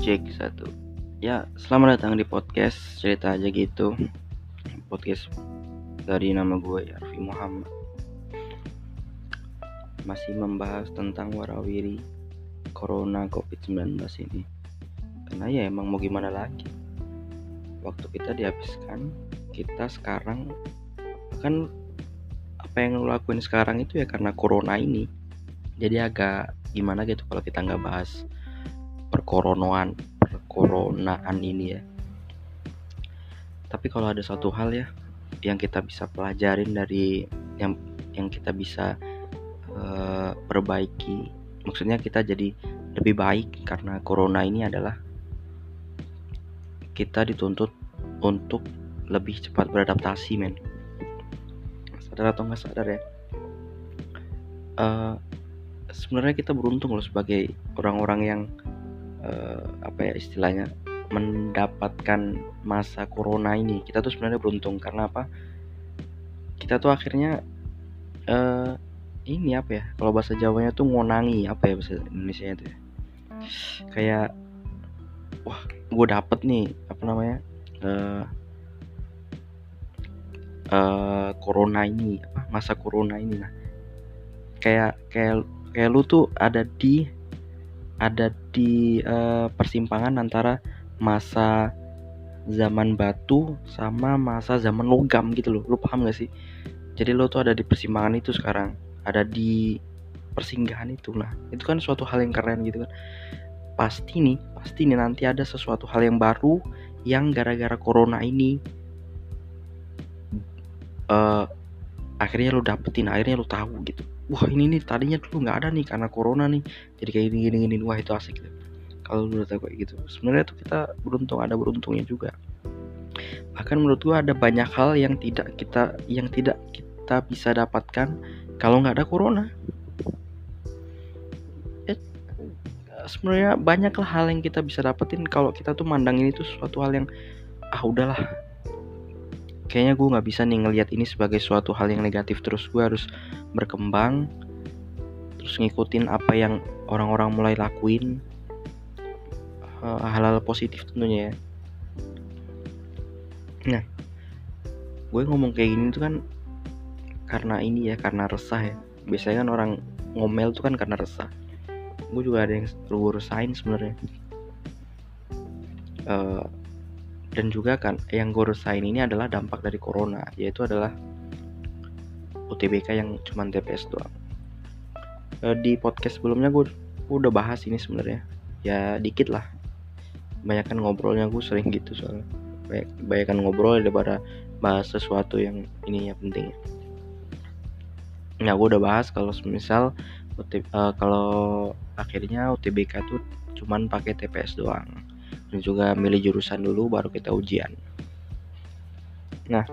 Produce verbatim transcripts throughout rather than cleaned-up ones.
Cek satu. Ya, selamat datang di podcast cerita aja gitu. Podcast dari nama gue Arfi Muhammad. Masih membahas tentang warawiri Corona covid sembilan belas ini. Karena ya emang mau gimana lagi. Waktu kita dihabiskan, kita sekarang kan apa yang lo lakuin sekarang itu ya karena Corona ini. Jadi agak gimana gitu kalau kita nggak bahas perkoronoan perkoronaan ini ya. Tapi kalau ada satu hal ya yang kita bisa pelajarin dari yang yang kita bisa uh, perbaiki, maksudnya kita jadi lebih baik karena corona ini adalah kita dituntut untuk lebih cepat beradaptasi, men. Sadar atau nggak sadar ya? Uh, sebenarnya kita beruntung loh sebagai orang-orang yang uh, apa ya istilahnya mendapatkan masa corona ini. Kita tuh sebenarnya beruntung karena apa? Kita tuh akhirnya uh, ini apa ya? Kalau bahasa Jawanya tuh ngonangi, apa ya bahasa Indonesianya tuh ya? Kayak wah, gue dapet nih apa namanya? Uh, uh, corona ini, apa? Masa corona ini nah. Kayak kayak kayak lu tuh ada di ada di uh, persimpangan antara masa zaman batu sama masa zaman logam gitu loh. Lu paham gak sih? Jadi lo tuh ada di persimpangan itu sekarang, ada di persinggahan itu. Nah, itu kan suatu hal yang keren gitu kan. Pasti nih, pasti nih nanti ada sesuatu hal yang baru yang gara-gara corona ini uh, akhirnya lo dapetin, akhirnya lo tahu gitu. Wah, ini nih tadinya dulu nggak ada nih karena corona nih. Jadi kayak gini-gini, wah itu asik gitu. Kalau lu udah tahu kayak gitu, sebenarnya tuh kita beruntung, ada beruntungnya juga. Bahkan menurut gua ada banyak hal yang tidak kita yang tidak kita bisa dapatkan kalau nggak ada corona. Eh, sebenarnya banyaklah hal yang kita bisa dapetin kalau kita tuh mandang ini tuh suatu hal yang ah udahlah. Kayaknya gue nggak bisa nih ngelihat ini sebagai suatu hal yang negatif terus. Gue harus berkembang, terus ngikutin apa yang orang-orang mulai lakuin. Hal-hal positif tentunya ya. Nah, gue ngomong kayak gini tuh kan karena ini ya, karena resah ya. Biasanya kan orang ngomel tuh kan karena resah. Gue juga ada yang gue resahin sebenarnya. Uh, dan juga kan yang gue resahin ini adalah dampak dari corona, yaitu adalah U T B K yang cuma T P S doang. Uh, di podcast sebelumnya gue, gue udah bahas ini sebenarnya. Ya dikit lah. Banyakan ngobrolnya gue sering gitu soalnya. Banyak, banyakan ngobrol daripada bahas sesuatu yang ini ya penting. Nah, gue udah bahas kalau misal uh, kalau akhirnya U T B K tuh cuman pakai T P S doang. Dan juga milih jurusan dulu baru kita ujian. Nah,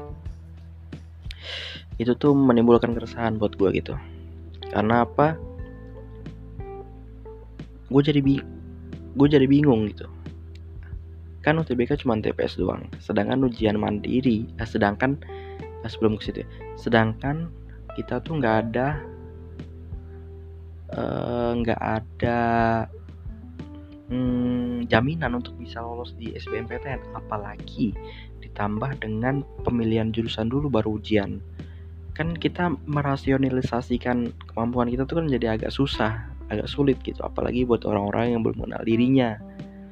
itu tuh menimbulkan keresahan buat gue gitu. Karena apa? Gue jadi bi- gue jadi bingung gitu. Kan U T B K cuma T P S doang, sedangkan ujian mandiri, eh, sedangkan eh, sebelum ke situ, ya, sedangkan kita tuh nggak ada nggak uh, ada hmm, jaminan untuk bisa lolos di S B M P T N, apalagi ditambah dengan pemilihan jurusan dulu baru ujian. Kan kita merasionalisasikan kemampuan kita tuh kan jadi agak susah, agak sulit gitu, apalagi buat orang-orang yang belum mengenal dirinya.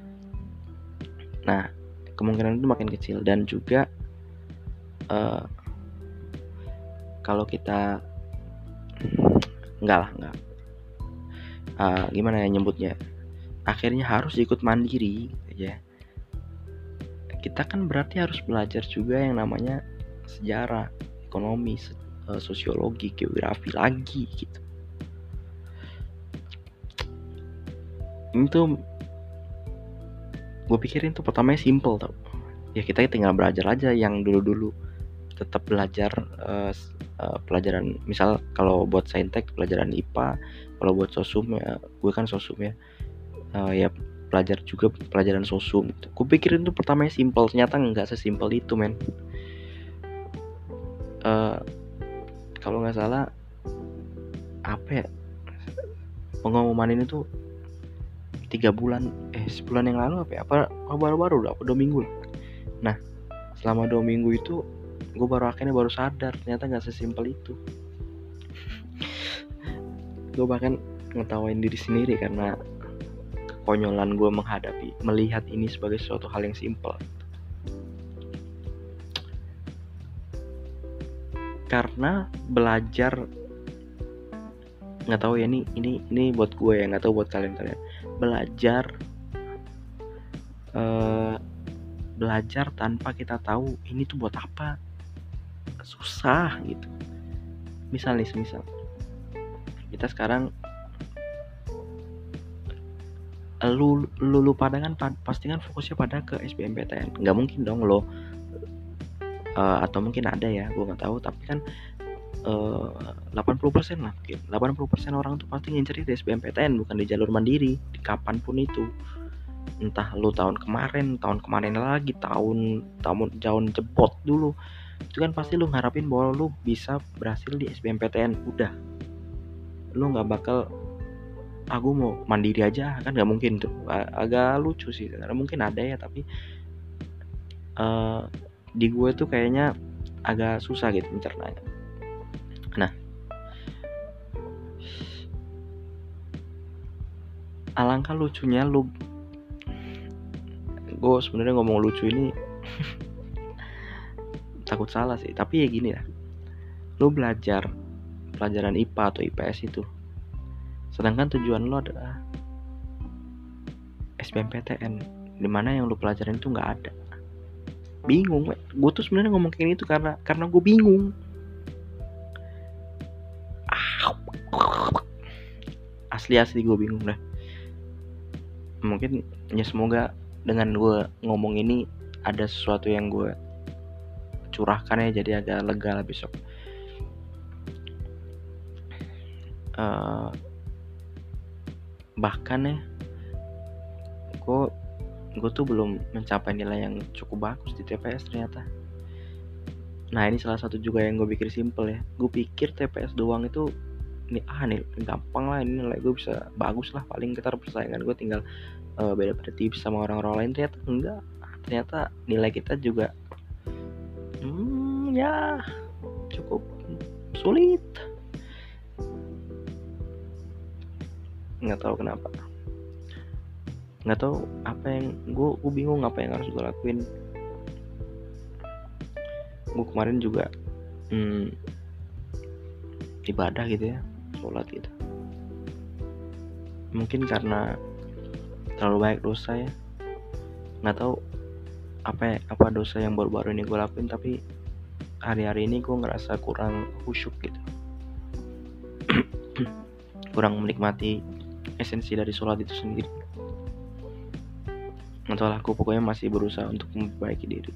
Nah, kemungkinan itu makin kecil. Dan juga uh, kalau kita enggak lah enggak uh, gimana ya nyebutnya, akhirnya harus ikut mandiri ya. Kita kan berarti harus belajar juga yang namanya sejarah, ekonomi, uh, sosiologi, geografi lagi gitu. Ini tuh gue pikirin tuh pertamanya simple tau. Ya kita tinggal belajar aja yang dulu-dulu. Tetap belajar uh, uh, pelajaran, misal kalau buat saintek pelajaran I P A, kalau buat sosum ya, gue kan sosum ya, uh, ya pelajar juga pelajaran sosum gitu. Gue pikirin tuh pertamanya simple, ternyata nggak sesimpel itu, men. Uh, kalau nggak salah apa ya, pengumuman ini tuh tiga bulan eh eh sebulan yang lalu apa ya, apa, apa baru-baru udah apa dua minggu lah. Nah selama dua minggu itu gue baru akhirnya baru sadar ternyata nggak sesimpel itu. Gue bahkan ngetawain diri sendiri karena kekonyolan gue menghadapi melihat ini sebagai suatu hal yang simpel. Karena belajar, nggak tahu ya, ini ini ini buat gue ya, nggak tahu buat kalian kalian belajar uh, belajar tanpa kita tahu ini tuh buat apa susah gitu. Misal nih, misal kita sekarang lu lu, lu pada kan pasti kan fokusnya pada ke S B M P T N. Nggak mungkin dong lo uh, atau mungkin ada ya, gue nggak tahu, tapi kan uh, delapan puluh persen lah mungkin delapan puluh persen orang tuh pasti ngincer di S B M P T N, bukan di jalur mandiri di kapanpun itu. Entah lu tahun kemarin, tahun kemarin lagi, tahun tahun tahun jebot dulu, itu kan pasti lu ngarapin bahwa lu bisa berhasil di S B M P T N. Udah, lu nggak bakal aku mau mandiri aja, kan nggak mungkin tuh. Agak lucu sih, karena mungkin ada ya, tapi uh, di gue tuh kayaknya agak susah gitu mencernanya. Nah, alangkah lucunya lu, gue sebenarnya ngomong lucu ini takut salah sih, tapi ya gini lah, lu belajar pelajaran I P A atau I P S itu, sedangkan tujuan lu adalah S B M P T N, dimana yang lu pelajarin itu nggak ada. Bingung, gue tuh sebenarnya ngomong kayak gitu karena karena gue bingung. Asli-asli gue bingung dah. Mungkin ya semoga dengan gue ngomong ini ada sesuatu yang gue curahkan ya, jadi agak lega lah besok. Uh, bahkan ya, gue gue tuh belum mencapai nilai yang cukup bagus di T P S ternyata. Nah ini salah satu juga yang gue pikir simple ya. Gue pikir T P S doang itu ini ah nih gampang lah, ini nilai gue bisa bagus lah, paling kita persaingan gue tinggal uh, beda-beda tipis sama orang-orang lain. Ternyata enggak, ternyata nilai kita juga hmm, ya cukup sulit. Nggak tahu kenapa, nggak tahu apa yang gue gue bingung apa yang harus gue lakuin. Gue kemarin juga hmm, ibadah gitu ya, sholat gitu, mungkin karena terlalu banyak dosa ya, nggak tahu apa ya, apa dosa yang baru-baru ini gue lakuin, tapi hari-hari ini gue ngerasa kurang khusyuk gitu. Kurang menikmati esensi dari sholat itu sendiri. Entahlah, aku pokoknya masih berusaha untuk memperbaiki diri.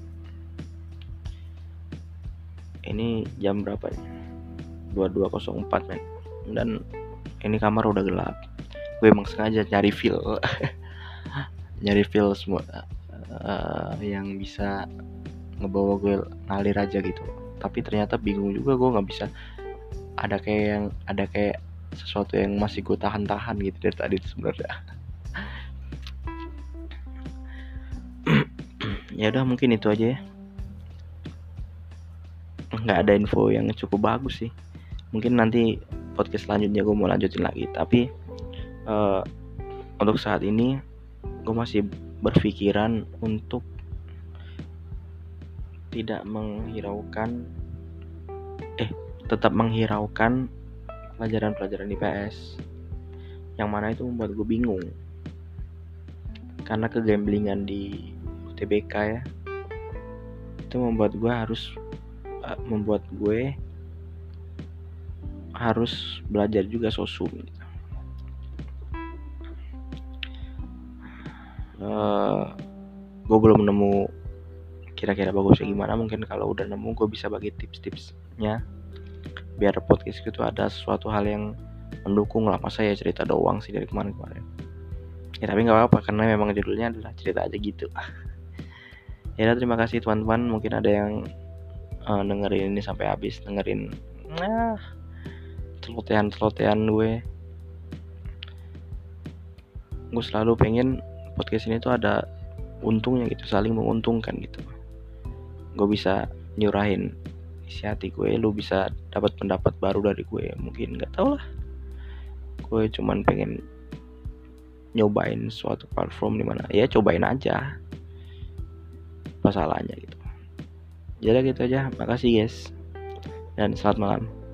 Ini jam berapa ya? dua puluh dua nol empat men. Dan ini kamar udah gelap. Gue emang sengaja nyari feel nyari feel semua uh, yang bisa ngebawa gue ngalir aja gitu. Tapi ternyata bingung juga, gue nggak bisa. Ada kayak yang ada kayak sesuatu yang masih gue tahan-tahan gitu dari tadi sebenarnya. Ya udah, mungkin itu aja ya. Nggak ada info yang cukup bagus sih. Mungkin nanti podcast selanjutnya gue mau lanjutin lagi. Tapi uh, untuk saat ini gue masih berpikiran untuk tidak menghiraukan eh tetap menghiraukan pelajaran-pelajaran I P S, yang mana itu membuat gue bingung karena kegamblingan di U T B K ya. Itu membuat gue harus uh, membuat gue harus belajar juga sosum gitu. Uh, gue belum nemu kira-kira bagusnya gimana. Mungkin kalau udah nemu gue bisa bagi tips-tipsnya biar podcast itu ada sesuatu hal yang mendukung lah. Masa ya cerita doang sih dari kemarin-kemarin ya, tapi gak apa-apa karena memang judulnya adalah cerita aja gitu. Ya terima kasih teman-teman, mungkin ada yang uh, dengerin ini sampai habis, dengerin nah celotehan-celotehan gue. Gue selalu pengen podcast ini tuh ada untungnya gitu, saling menguntungkan gitu. Gue bisa nyurahin isi hati gue, lu bisa dapat pendapat baru dari gue, mungkin nggak tau lah. Gue cuman pengen nyobain suatu platform dimana ya cobain aja, apa salahnya gitu. Jadi gitu aja, makasih guys dan selamat malam.